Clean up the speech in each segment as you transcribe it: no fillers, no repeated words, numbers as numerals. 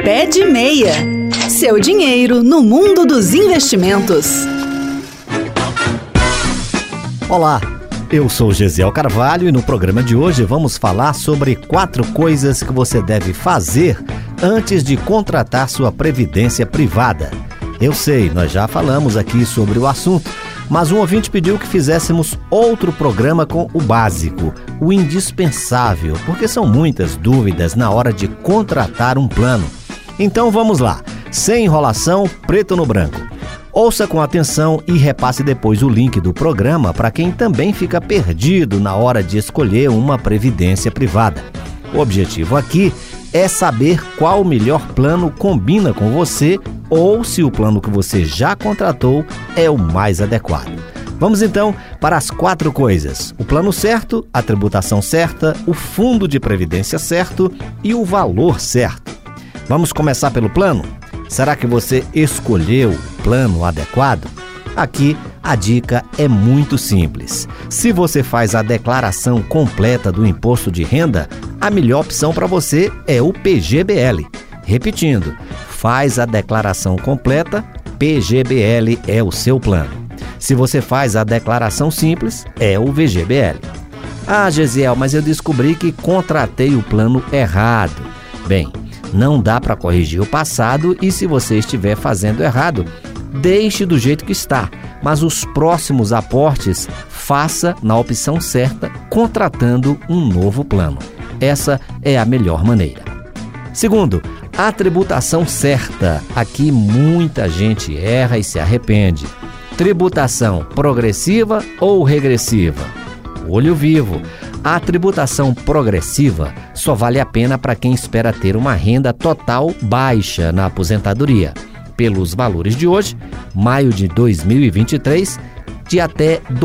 Pé de Meia. Seu dinheiro no mundo dos investimentos. Olá, eu sou Gesiel Carvalho e no programa de hoje vamos falar sobre 4 coisas que você deve fazer antes de contratar sua previdência privada. Eu sei, nós já falamos aqui sobre o assunto, mas um ouvinte pediu que fizéssemos outro programa com o básico, o indispensável, porque são muitas dúvidas na hora de contratar um plano. Então vamos lá, sem enrolação, preto no branco. Ouça com atenção e repasse depois o link do programa para quem também fica perdido na hora de escolher uma previdência privada. O objetivo aqui é saber qual o melhor plano combina com você ou se o plano que você já contratou é o mais adequado. Vamos então para as 4 coisas: o plano certo, a tributação certa, o fundo de previdência certo e o valor certo. Vamos começar pelo plano? Será que você escolheu o plano adequado? Aqui a dica é muito simples. Se você faz a declaração completa do imposto de renda, a melhor opção para você é o PGBL. Repetindo, faz a declaração completa, PGBL é o seu plano. Se você faz a declaração simples, é o VGBL. Ah, Gesiel, mas eu descobri que contratei o plano errado. Bem, não dá para corrigir o passado e se você estiver fazendo errado, deixe do jeito que está, mas os próximos aportes faça na opção certa, contratando um novo plano. Essa é a melhor maneira. Segundo, a tributação certa. Aqui muita gente erra e se arrepende. Tributação progressiva ou regressiva? Olho vivo. A tributação progressiva só vale a pena para quem espera ter uma renda total baixa na aposentadoria. Pelos valores de hoje, maio de 2023, de até R$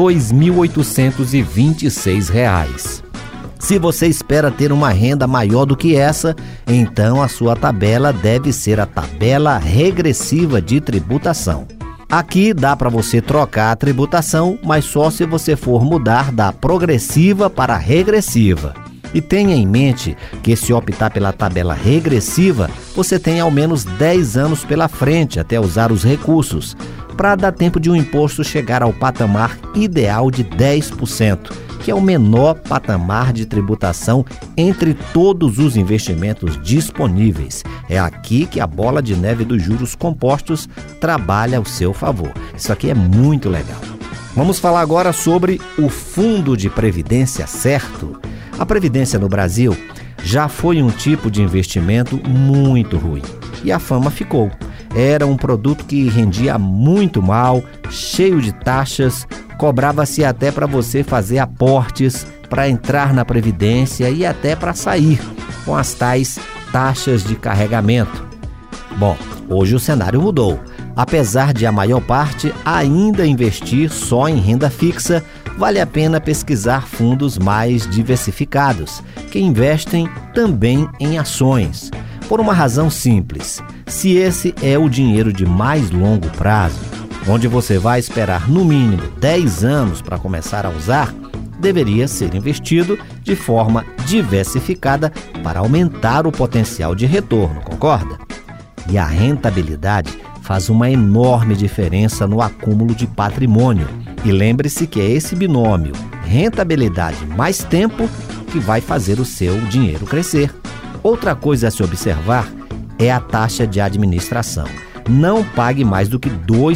2.826. Se você espera ter uma renda maior do que essa, então a sua tabela deve ser a tabela regressiva de tributação. Aqui dá para você trocar a tributação, mas só se você for mudar da progressiva para a regressiva. E tenha em mente que se optar pela tabela regressiva, você tem ao menos 10 anos pela frente até usar os recursos, para dar tempo de um imposto chegar ao patamar ideal de 10%, que é o menor patamar de tributação entre todos os investimentos disponíveis. É aqui que a bola de neve dos juros compostos trabalha ao seu favor. Isso aqui é muito legal. Vamos falar agora sobre o fundo de previdência certo. A previdência no Brasil já foi um tipo de investimento muito ruim e a fama ficou. Era um produto que rendia muito mal, cheio de taxas, cobrava-se até para você fazer aportes, para entrar na previdência e até para sair, com as tais taxas de carregamento. Bom, hoje o cenário mudou. Apesar de a maior parte ainda investir só em renda fixa, vale a pena pesquisar fundos mais diversificados, que investem também em ações. Por uma razão simples: se esse é o dinheiro de mais longo prazo, onde você vai esperar no mínimo 10 anos para começar a usar, deveria ser investido de forma diversificada para aumentar o potencial de retorno, concorda? E a rentabilidade faz uma enorme diferença no acúmulo de patrimônio. E lembre-se que é esse binômio, rentabilidade mais tempo, que vai fazer o seu dinheiro crescer. Outra coisa a se observar é a taxa de administração. Não pague mais do que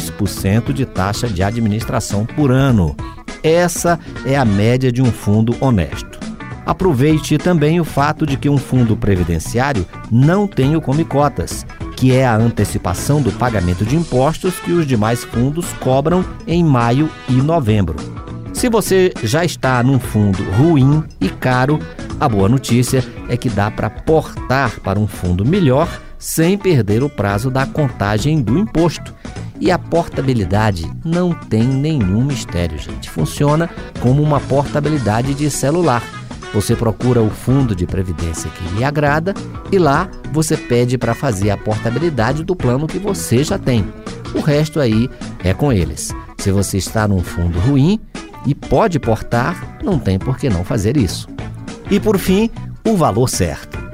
2% de taxa de administração por ano. Essa é a média de um fundo honesto. Aproveite também o fato de que um fundo previdenciário não tem o come-cotas, que é a antecipação do pagamento de impostos que os demais fundos cobram em maio e novembro. Se você já está num fundo ruim e caro, a boa notícia é que dá para portar para um fundo melhor sem perder o prazo da contagem do imposto. E a portabilidade não tem nenhum mistério, gente. Funciona como uma portabilidade de celular. Você procura o fundo de previdência que lhe agrada e lá você pede para fazer a portabilidade do plano que você já tem. O resto aí é com eles. Se você está num fundo ruim e pode portar, não tem por que não fazer isso. E por fim, o valor certo.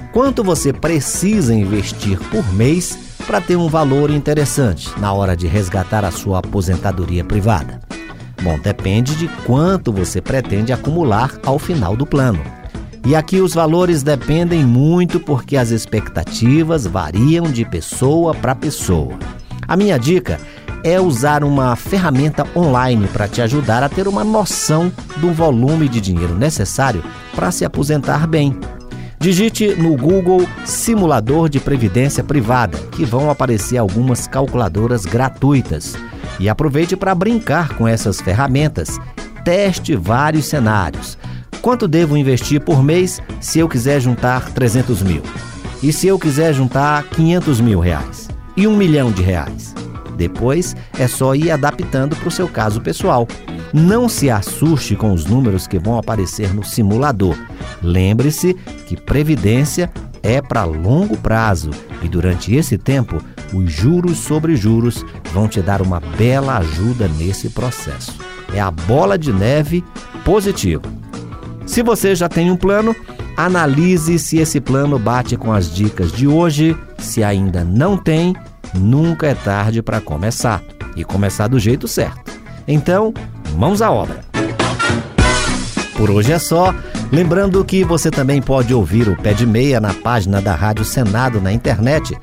Quanto você precisa investir por mês para ter um valor interessante na hora de resgatar a sua aposentadoria privada? Bom, depende de quanto você pretende acumular ao final do plano. E aqui os valores dependem muito porque as expectativas variam de pessoa para pessoa. A minha dica é usar uma ferramenta online para te ajudar a ter uma noção do volume de dinheiro necessário para se aposentar bem. Digite no Google Simulador de Previdência Privada, que vão aparecer algumas calculadoras gratuitas. E aproveite para brincar com essas ferramentas. Teste vários cenários. Quanto devo investir por mês se eu quiser juntar 300 mil? E se eu quiser juntar 500 mil reais? E R$1 milhão? Depois é só ir adaptando para o seu caso pessoal. Não se assuste com os números que vão aparecer no simulador. Lembre-se que previdência é para longo prazo e durante esse tempo os juros sobre juros vão te dar uma bela ajuda nesse processo. É a bola de neve positiva. Se você já tem um plano, analise se esse plano bate com as dicas de hoje. Se ainda não tem, nunca é tarde para começar. E começar do jeito certo. Então, mãos à obra. Por hoje é só. Lembrando que você também pode ouvir o Pé de Meia na página da Rádio Senado na internet,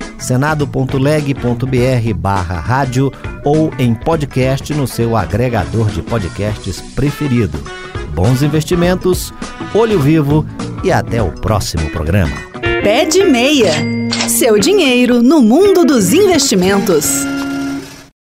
senado.leg.br/rádio ou em podcast no seu agregador de podcasts preferido. Bons investimentos, olho vivo e até o próximo programa. Pé de Meia. Seu dinheiro no mundo dos investimentos.